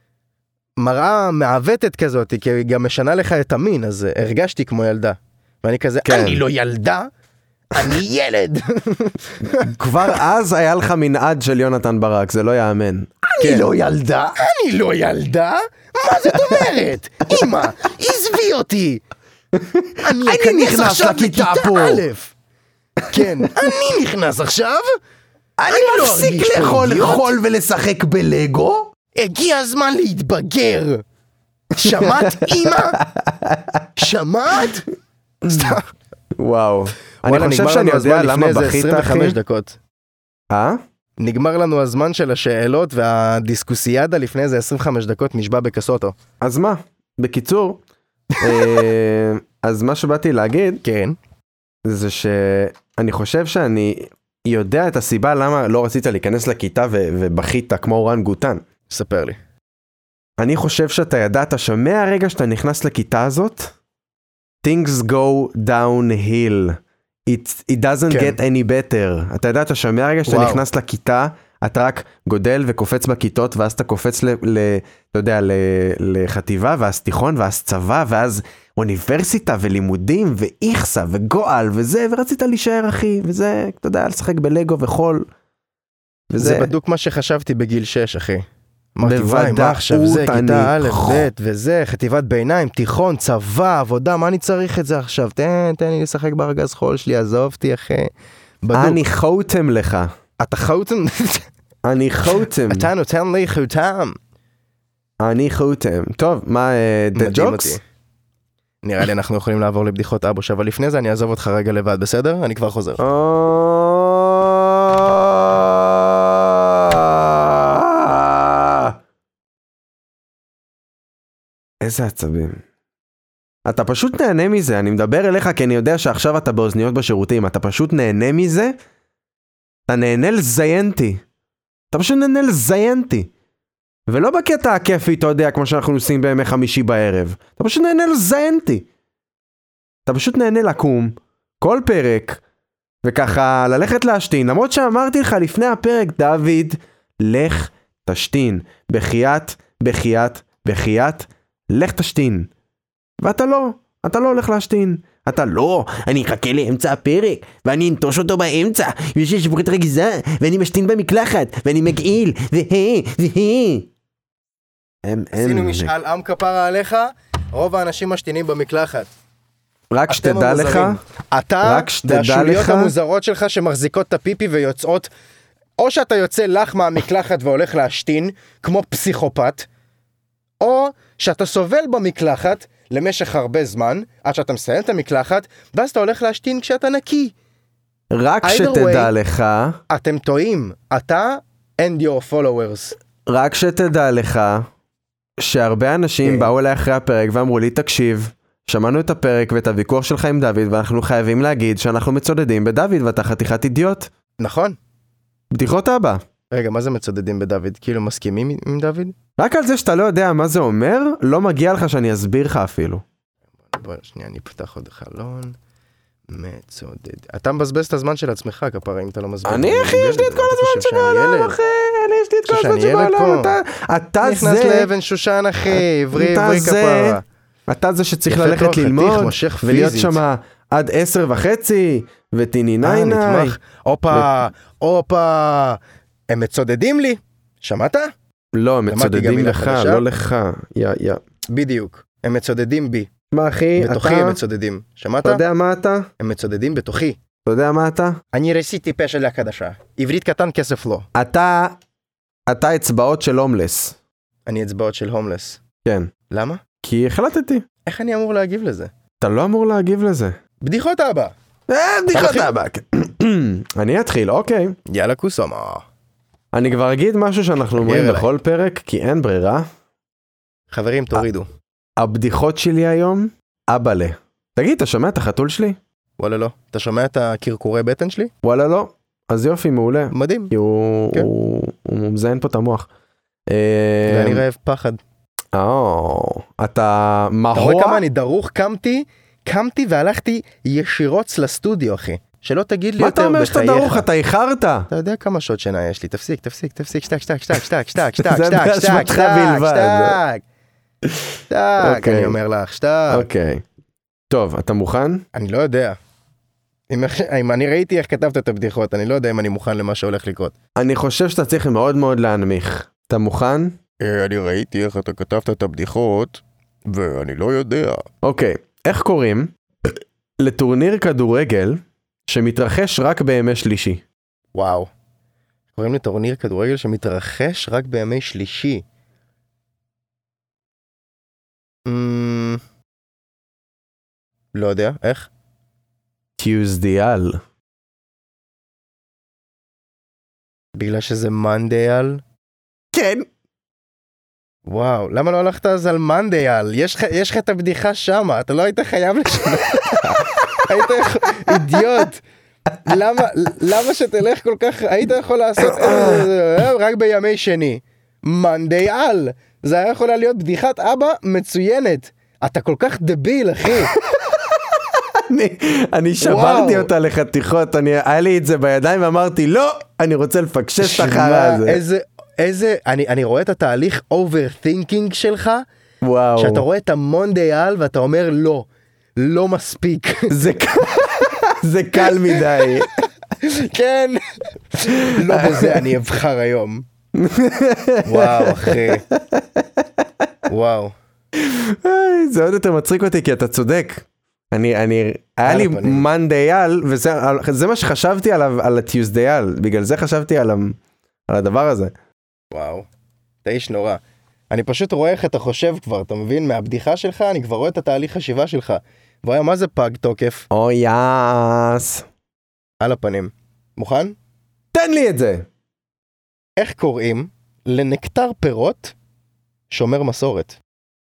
מראה מעוותת כזאת, כי היא גם משנה לך את המין, אז הרגשתי כמו ילדה. ואני כזה, כן. אני לא ילדה, אני ילד. כבר אז היה לך מנעד של יונתן ברק, זה לא יאמן. אני כן. לא ילדה, אני לא ילדה? מה זאת אומרת? אמא, עזבי אותי. אני, אני נכנס לכיתה פה. א'. כן, אני נכנס עכשיו. אני מפסיק לאכול חול ולשחק בלגו. הגיע הזמן להתבגר. שמעת, אמא? שמעת? וואו. אני חושב שאני יודע למה בכית, עשרים וחמש דקות. אה? נגמר לנו הזמן של השאלות והדיסקוסיאדה לפני איזה עשרים וחמש דקות נשבע בקסוטו. אז מה? בקיצור, אז מה שבאתי להגיד, כן, זה שאני חושב שאני יודע את הסיבה למה לא רצית להיכנס לכיתה ובכית כמו אורנגוטן. ספר לי. אני חושב שאתה ידעת שמהרגע שאתה נכנס לכיתה הזאת, things go downhill. It, it doesn't כן. get any better. אתה ידעת שמהרגע שאתה וואו. נכנס לכיתה, אתה רק גודל וקופץ בכיתות, ואז אתה קופץ ל, ל, אתה יודע, ל, לחטיבה, ואז תיכון, ואז צבא, ואז אוניברסיטה ולימודים, ואיכסה וגועל, וזה, ורצית להישאר אחי, וזה, אתה יודע, לשחק בלגו וחול. וזה... זה בדיוק מה שחשבתי בגיל שש, אחי. אמרתי, וואי, מה עכשיו זה, כיתה א', ב', וזה, חטיבת ביניים, תיכון, צבא, עבודה, מה אני צריך את זה עכשיו? תן, תן לי לשחק בארגז חול שלי, עזובתי, אחי. אני חותם לך. אתה חותם? אני חותם. אתה נותן לי חותם. אני חותם. טוב, מה, דה ג'וקס? נראה לי אנחנו יכולים לעבור לבדיחות אבוש, אבל לפני זה אני אעזוב אותך רגע לבד, בסדר? אני כבר חוזר. איזה עצבים. אתה פשוט נהנה מזה, אני מדבר אליך כי אני יודע שעכשיו אתה באוזניות בשירותים, אתה פשוט נהנה מזה, אתה נהנה לזיינתי. אתה פשוט נהנה לזיינתי. ולא בקטע הכיפי, אתה יודע, כמו שאנחנו עושים בימי חמישי בערב. אתה פשוט נהנה לזיינתי. אתה פשוט נהנה לקום, כל פרק, וככה ללכת להשתין. למרות שאמרתי לך לפני הפרק, דוד, לך תשתין. בחייאת, בחייאת, בחייאת, לך תשתין. ואתה לא, אתה לא הולך להשתין. אתה לא, אני אחכה לאמצע הפרק, ואני אנטוש אותו באמצע, ויש לי שבורית רגיזה, ואני משתין במקלחת, ואני מגעיל, והי, והי. עשינו משאל עם כפרה עליך, רוב האנשים משתינים במקלחת. רק שתדע לך, אתה והשוליות המוזרות שלך שמחזיקות את הפיפי ויוצאות, או שאתה יוצא לך מהמקלחת והולך להשתין, כמו פסיכופת, או שאתה סובל במקלחת למשך הרבה זמן, עד שאתה מסיים את המקלחת, ואז אתה הולך להשתין כשאתה נקי. רק שתדע לך, אתם טועים, אתה and your followers. רק שתדע לך, שהרבה אנשים באו אליי אחרי הפרק ואמרו לי, תקשיב, שמענו את הפרק ואת הוויכוח שלך עם דוד, ואנחנו חייבים להגיד שאנחנו מצודדים בדוד, ואתה חתיכת אידיוט. נכון. בדיחות אבא. רגע, מה זה מצודדים בדוד? כאילו מסכימים עם דוד? רק על זה שאתה לא יודע מה זה אומר, לא מגיע לך שאני אסביר לך אפילו. בוא, שנייה, אני פתח עוד חלון. מצודד. אתה מבזבז את הזמן של עצמך, כפרה, אם אתה לא מבזבז. אני, אחי, יש לי את כל הזמן שבעולם, אחי. אני, יש לי את כל הזמן שבעולם. אתה זה... נכנס לאבן שושן, אחי. עברי, עברי כפרה. אתה זה שצריך ללכת ללמוד, ולהיות שם עד עשר וחצי, ותיני ניי ניי. אופה, אופה. הם מצודדים לי. שמעת? לא, הם מצודדים לך, לא לך. יא, יא. בדיוק. הם מצודדים בי. מה אחי, אתה... בתוכי הם מצודדים. שמעת? אתה יודע מה אתה? הם מצודדים בתוכי. אתה יודע מה אתה? אני רסיתי פה של הקדשה. עברית קטן, כסף לא. אתה... אתה אצבעות של הומלס. אני אצבעות של הומלס. כן. למה? כי החלטתי. איך אני אמור להגיב לזה? אתה לא אמור להגיב לזה. בדיחות אבא. אה, בדיחות אבא. אני אתחיל, אוקיי. יאללה קוסומה. אני כבר אגיד משהו שאנחנו אומרים בכל פרק, כי אין ברירה. חברים, תורידו. הבדיחות שלי היום, אבאלה. תגיד, אתה שומע את החתול שלי? וואלה לא. אתה שומע את הקרקורי בטן שלי? וואלה לא. אז יופי, מעולה. מדהים. כי הוא, כן. הוא, הוא מזיין פה את המוח. ואני רעב פחד. או, אתה מהוע? אתה רואה כמה אני דרוך, קמתי, קמתי והלכתי ישירות לסטודיו, אחי. שלא תגיד לי יותר בחייך. מה אתה אומר שאתה דרוך? אתה איחרת. אתה יודע כמה שעות שינה יש לי. תפסיק, תפסיק, תפסיק, שטק, שטק, שטק, שטק, שטק, שטק, זה באשמתך בלבד. שטק, אני אומר לך, שטק. אוקיי. טוב, אתה מוכן? אני לא יודע. אם אני ראיתי איך כתבת את הבדיחות, אני לא יודע אם אני מוכן למה שהולך לקרות. אני חושב שאתה צריך מאוד מאוד להנמיך. אתה מוכן? אני ראיתי איך אתה כתבת את הבדיחות, ואני לא יודע. אוקיי, איך קוראים לטורניר כדורגל שמתרחש רק בימי שלישי? וואו. קוראים לטורניר כדורגל שמתרחש רק בימי שלישי. לא יודע, איך? טיוזדיאל. בגלל שזה מנדיאל? כן. וואו, למה לא הלכת אז על מנדיאל? יש לך, יש לך את הבדיחה שמה, אתה לא היית חייב לשנות. היית אידיוט. למה, למה שתלך כל כך, היית יכול לעשות רק בימי שני. מנדיאל. זה היה יכולה להיות בדיחת אבא מצוינת. אתה כל כך דביל, אחי. אני, אני שברתי אותה לחתיכות, אני, היה לי את זה בידיים ואמרתי, לא, אני רוצה לפקשש את החרה הזה. איזה, איזה, אני, אני רואה את התהליך overthinking שלך, וואו. שאתה רואה את המונדיאל ואתה אומר, לא, לא מספיק. זה, זה קל מדי. כן. לא בזה אני אבחר היום. וואו, אחי. וואו. זה עוד יותר מצחיק אותי, כי אתה צודק. אני, אני, היה לי מנדיאל, וזה זה מה שחשבתי עליו, על הטיוזדיאל, בגלל זה חשבתי על, על הדבר הזה. וואו, אתה איש נורא. אני פשוט רואה איך אתה חושב כבר, אתה מבין? מהבדיחה שלך, אני כבר רואה את התהליך חשיבה שלך. וואי, מה זה פג תוקף? או יאס. על הפנים. מוכן? תן לי את זה. איך קוראים לנקטר פירות שומר מסורת?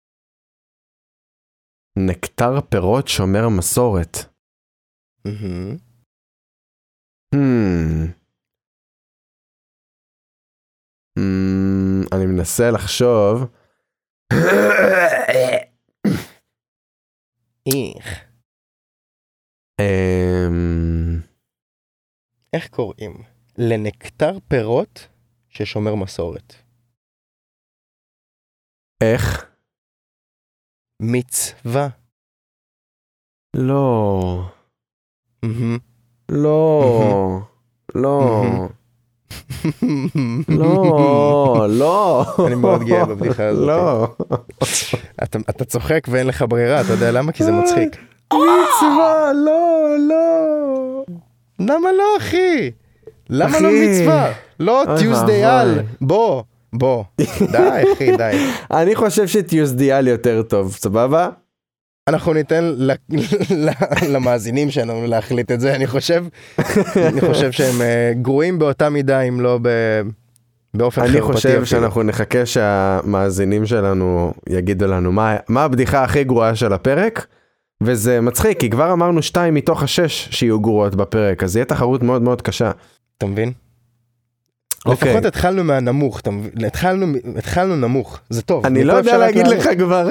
נקטר פירות שומר מסורת. Mm-hmm. Hmm. Hmm, אני מנסה לחשוב. איך. Um... איך קוראים לנקטר פירות ששומר מסורת? איך? מצווה. לא. מהמם. לא. לא. לא. לא. אני מאוד גאה בבדיחה הזאת. לא. אתה, אתה צוחק ואין לך ברירה, אתה יודע למה? כי זה מצחיק. מצווה, לא, לא. למה לא, אחי? למה אחי. לא מצווה? לא אוי טיוזדיי על. ואבוי. בוא, בוא. די, אחי, די. אני חושב שטיוזדיאל יותר טוב, סבבה? אנחנו ניתן ל- ל- למאזינים שלנו להחליט את זה, אני חושב. אני חושב שהם אה, גרועים באותה מידה, אם לא ב- באופן חרפתי. אני חושב אפילו. שאנחנו נחכה שהמאזינים שלנו יגידו לנו מה, מה הבדיחה הכי גרועה של הפרק, וזה מצחיק, כי כבר אמרנו שתיים מתוך השש שיהיו גרועות בפרק, אז יהיה תחרות מאוד מאוד קשה. אתה מבין? אוקיי. לפחות התחלנו מהנמוך, אתה מבין? התחלנו, התחלנו נמוך, זה טוב. אני מפה לא אפשר יודע רק להגיד לעלות. לך כבר.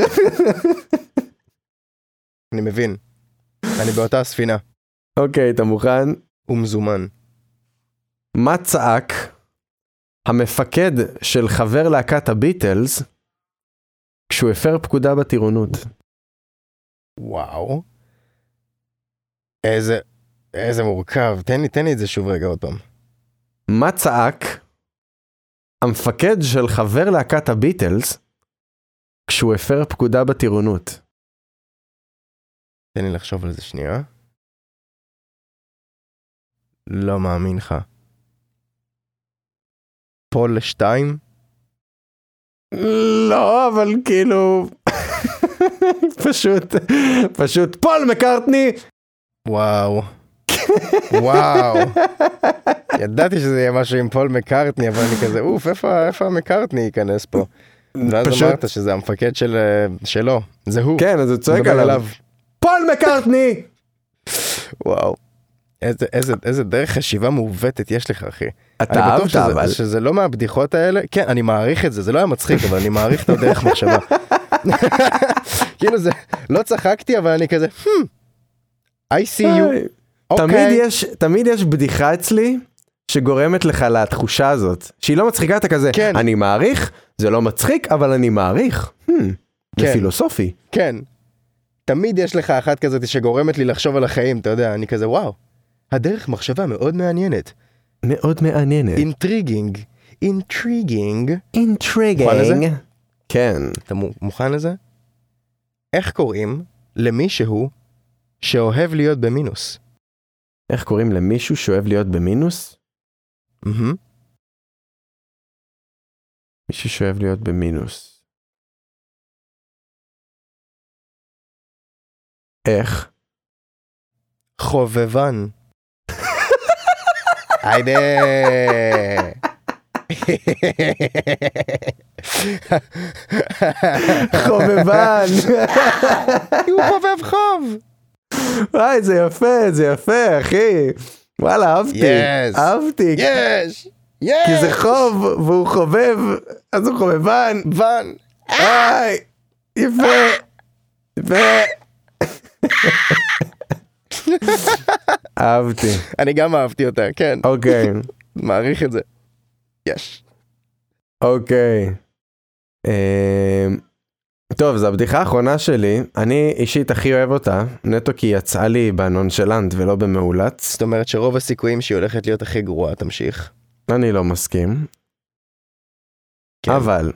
אני מבין. אני באותה הספינה. אוקיי, אתה מוכן? ומזומן. מה צעק המפקד של חבר להקת הביטלס כשהוא הפר פקודה בטירונות? וואו. איזה, איזה מורכב. תן לי, תן לי את זה שוב רגע עוד פעם. מה צעק המפקד של חבר להקת הביטלס כשהוא הפר פקודה בטירונות? תן לי לחשוב על זה שנייה. לא מאמין לך. פול לשתיים? לא, אבל כאילו פשוט פשוט פול מקארטני. וואו. וואו. ידעתי שזה יהיה משהו עם פול מקארטני, אבל אני כזה, אוף, איפה, איפה המקארטני ייכנס פה? ואז פשוט- אמרת שזה המפקד של, שלו. זה הוא. כן, אז הוא צועק מדבר עליו. אליו. פול מקארטני. וואו. איזה, איזה, איזה דרך חשיבה מעוותת יש לך, אחי. אתה אני בטוח אהבת שזה, אבל. שזה לא מהבדיחות האלה. כן, אני מעריך את זה, זה לא היה מצחיק, אבל אני מעריך את הדרך מחשבה. כאילו זה, לא צחקתי, אבל אני כזה, hmm, I see you. תמיד אוקיי. יש, תמיד יש בדיחה אצלי שגורמת לך לתחושה הזאת, שהיא לא מצחיקה, אתה כזה, כן. אני מעריך, זה לא מצחיק, אבל אני מעריך. Hmm, זה כן. פילוסופי. כן. תמיד יש לך אחת כזאת שגורמת לי לחשוב על החיים, אתה יודע, אני כזה, וואו. הדרך מחשבה מאוד מעניינת. מאוד מעניינת. אינטריגינג. אינטריגינג. אינטריגינג. מוכן לזה? כן. אתה מו- מוכן לזה? איך קוראים למישהו שאוהב להיות במינוס? איך קוראים למישהו שאוהב להיות במינוס? מהמם. מישהו שאוהב להיות במינוס. איך? חובבן. היידה. חובבן. הוא חובב חוב. וואי, זה יפה, זה יפה, אחי. וואלה, אהבתי. Yes. אהבתי. יש! יש! כי זה חוב, והוא חובב, אז הוא חובבן. בן. איי, יפה. יפה. אהבתי. אני גם אהבתי אותה, כן. אוקיי, מעריך את זה. יש. אוקיי. אמ, טוב, זו הבדיחה האחרונה שלי. אני אישית הכי אוהב אותה, נטו כי יצאה לי בנונשלנט ולא במאולץ. זאת אומרת שרוב הסיכויים שהיא הולכת להיות הכי גרועה, תמשיך. אני לא מסכים. כן. אבל,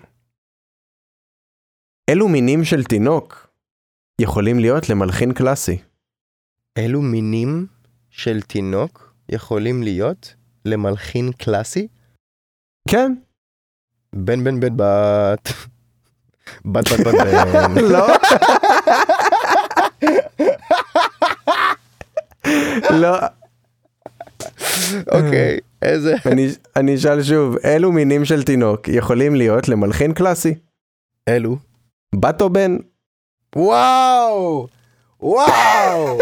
אילו מינים של תינוק יכולים להיות למלחין קלאסי? אילו מינים של תינוק יכולים להיות למלחין קלאסי? כן. בן בן בן בת. בת בת בת בן. לא. לא. אוקיי, איזה... אני, אני אשאל שוב, אילו מינים של תינוק יכולים להיות למלחין קלאסי? אלו. בת או בן? וואו! וואו!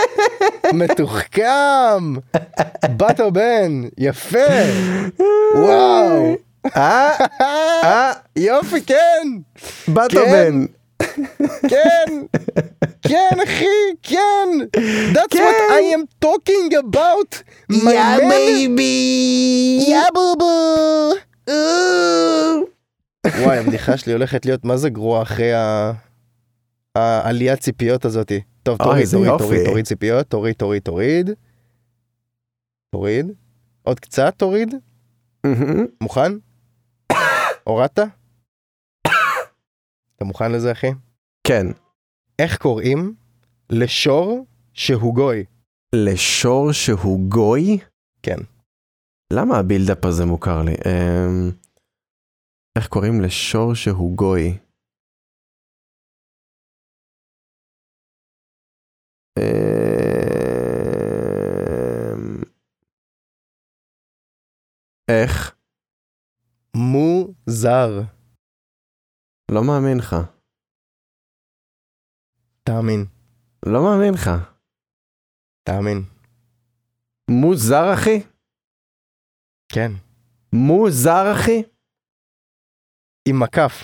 מתוחכם! בת או בן, יפה! וואו! אה? אה? יופי, כן! בת כן. או בן? כן! כן, אחי, כן! That's כן. what I am talking about! my יא man. בייבי! יא בובו! וואי, הבדיחה שלי הולכת להיות מה זה גרועה אחרי ה- העליית ציפיות הזאתי. טוב, אוי, תוריד, זה תוריד, יופי. תוריד, תוריד ציפיות, תוריד, תוריד, תוריד. תוריד. עוד קצת, תוריד. מוכן? הורדת? אתה מוכן לזה, אחי? כן. איך קוראים לשור שהוא גוי? לשור שהוא גוי? כן. למה הבילדאפ הזה מוכר לי? אמ, איך קוראים לשור שהוא גוי? אמ, איך? מוזר. לא מאמין לך. תאמין. לא מאמין לך. תאמין. מוזר אחי? כן. מוזר אחי? עם מקף.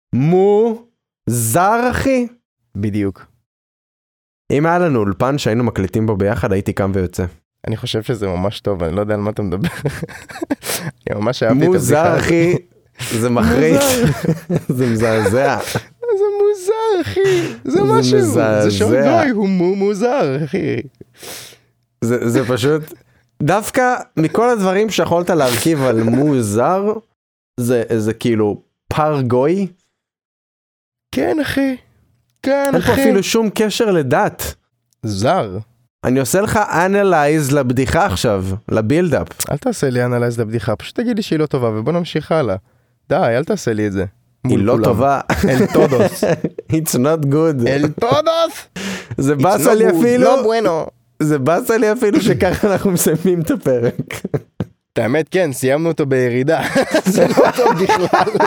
מוזר אחי? בדיוק. אם היה לנו אולפן שהיינו מקליטים בו ביחד, הייתי קם ויוצא. אני חושב שזה ממש טוב, אני לא יודע על מה אתה מדבר. אני ממש אהבתי את הבדיחה. מוזר אחי, זה מחריד. זה מזעזע. זה מוזר, אחי. זה זה משהו. מזעזע. זה שור גוי, הוא מו- מוזר, אחי. זה, זה פשוט, דווקא מכל הדברים שיכולת להרכיב על מוזר, זה, זה כאילו פר גוי. כן, אחי. כן, אין פה אחי. אפילו שום קשר לדת. זר. אני עושה לך אנלייז לבדיחה עכשיו, לבילדאפ. אל תעשה לי אנלייז לבדיחה, פשוט תגיד לי שהיא לא טובה, ובוא נמשיך הלאה. די, אל תעשה לי את זה. היא מול לא כולם. טובה. אל טודוס. It's not good. אל טודוס! זה באסה לי אפילו, לא בואנו. זה באסה לי אפילו שככה אנחנו מסיימים את הפרק. את האמת, כן, סיימנו אותו בירידה. זה לא טוב בכלל.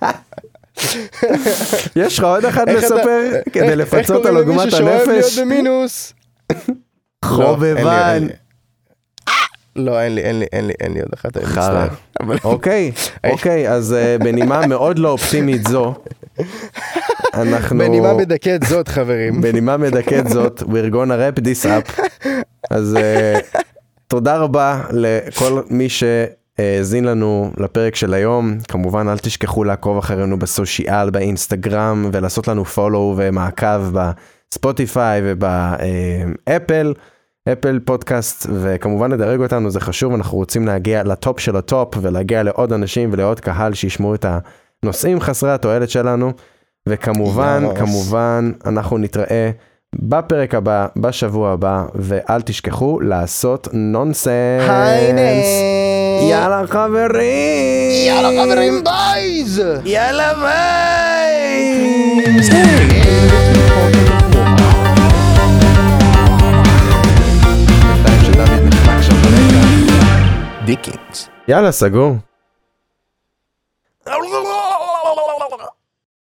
יש לך עוד אחד איך אתה- לספר כדי איך- לפצות איך על קוראים עוגמת למישהו שאוהב הנפש? להיות במינוס? חובבן. אין לי- לא, אין לי, אין לי, אין לי, אין לי עוד אחת. אני חרא. מצטער. אבל- אוקיי, אוקיי, אז אה, בנימה מאוד לא אופטימית זו, אנחנו... בנימה מדכאת זאת, חברים. בנימה מדכאת זאת, we're gonna wrap this up. אז uh, תודה רבה לכל מי שהאזין לנו לפרק של היום. כמובן אל תשכחו לעקוב אחרינו בסושיאל, באינסטגרם, ולעשות לנו פולו ומעקב בספוטיפיי ובאפל, אפל פודקאסט, וכמובן לדרג אותנו, זה חשוב, אנחנו רוצים להגיע לטופ של הטופ, ולהגיע לעוד אנשים ולעוד קהל שישמעו את הנושאים חסרי התועלת שלנו. וכמובן, Yes. כמובן, אנחנו נתראה בפרק הבא, בשבוע הבא, ואל תשכחו לעשות נונסנס. היינס. יאללה חברים. יאללה חברים, בייז! יאללה ביי. דיקינגס. יאללה, סגור. אולו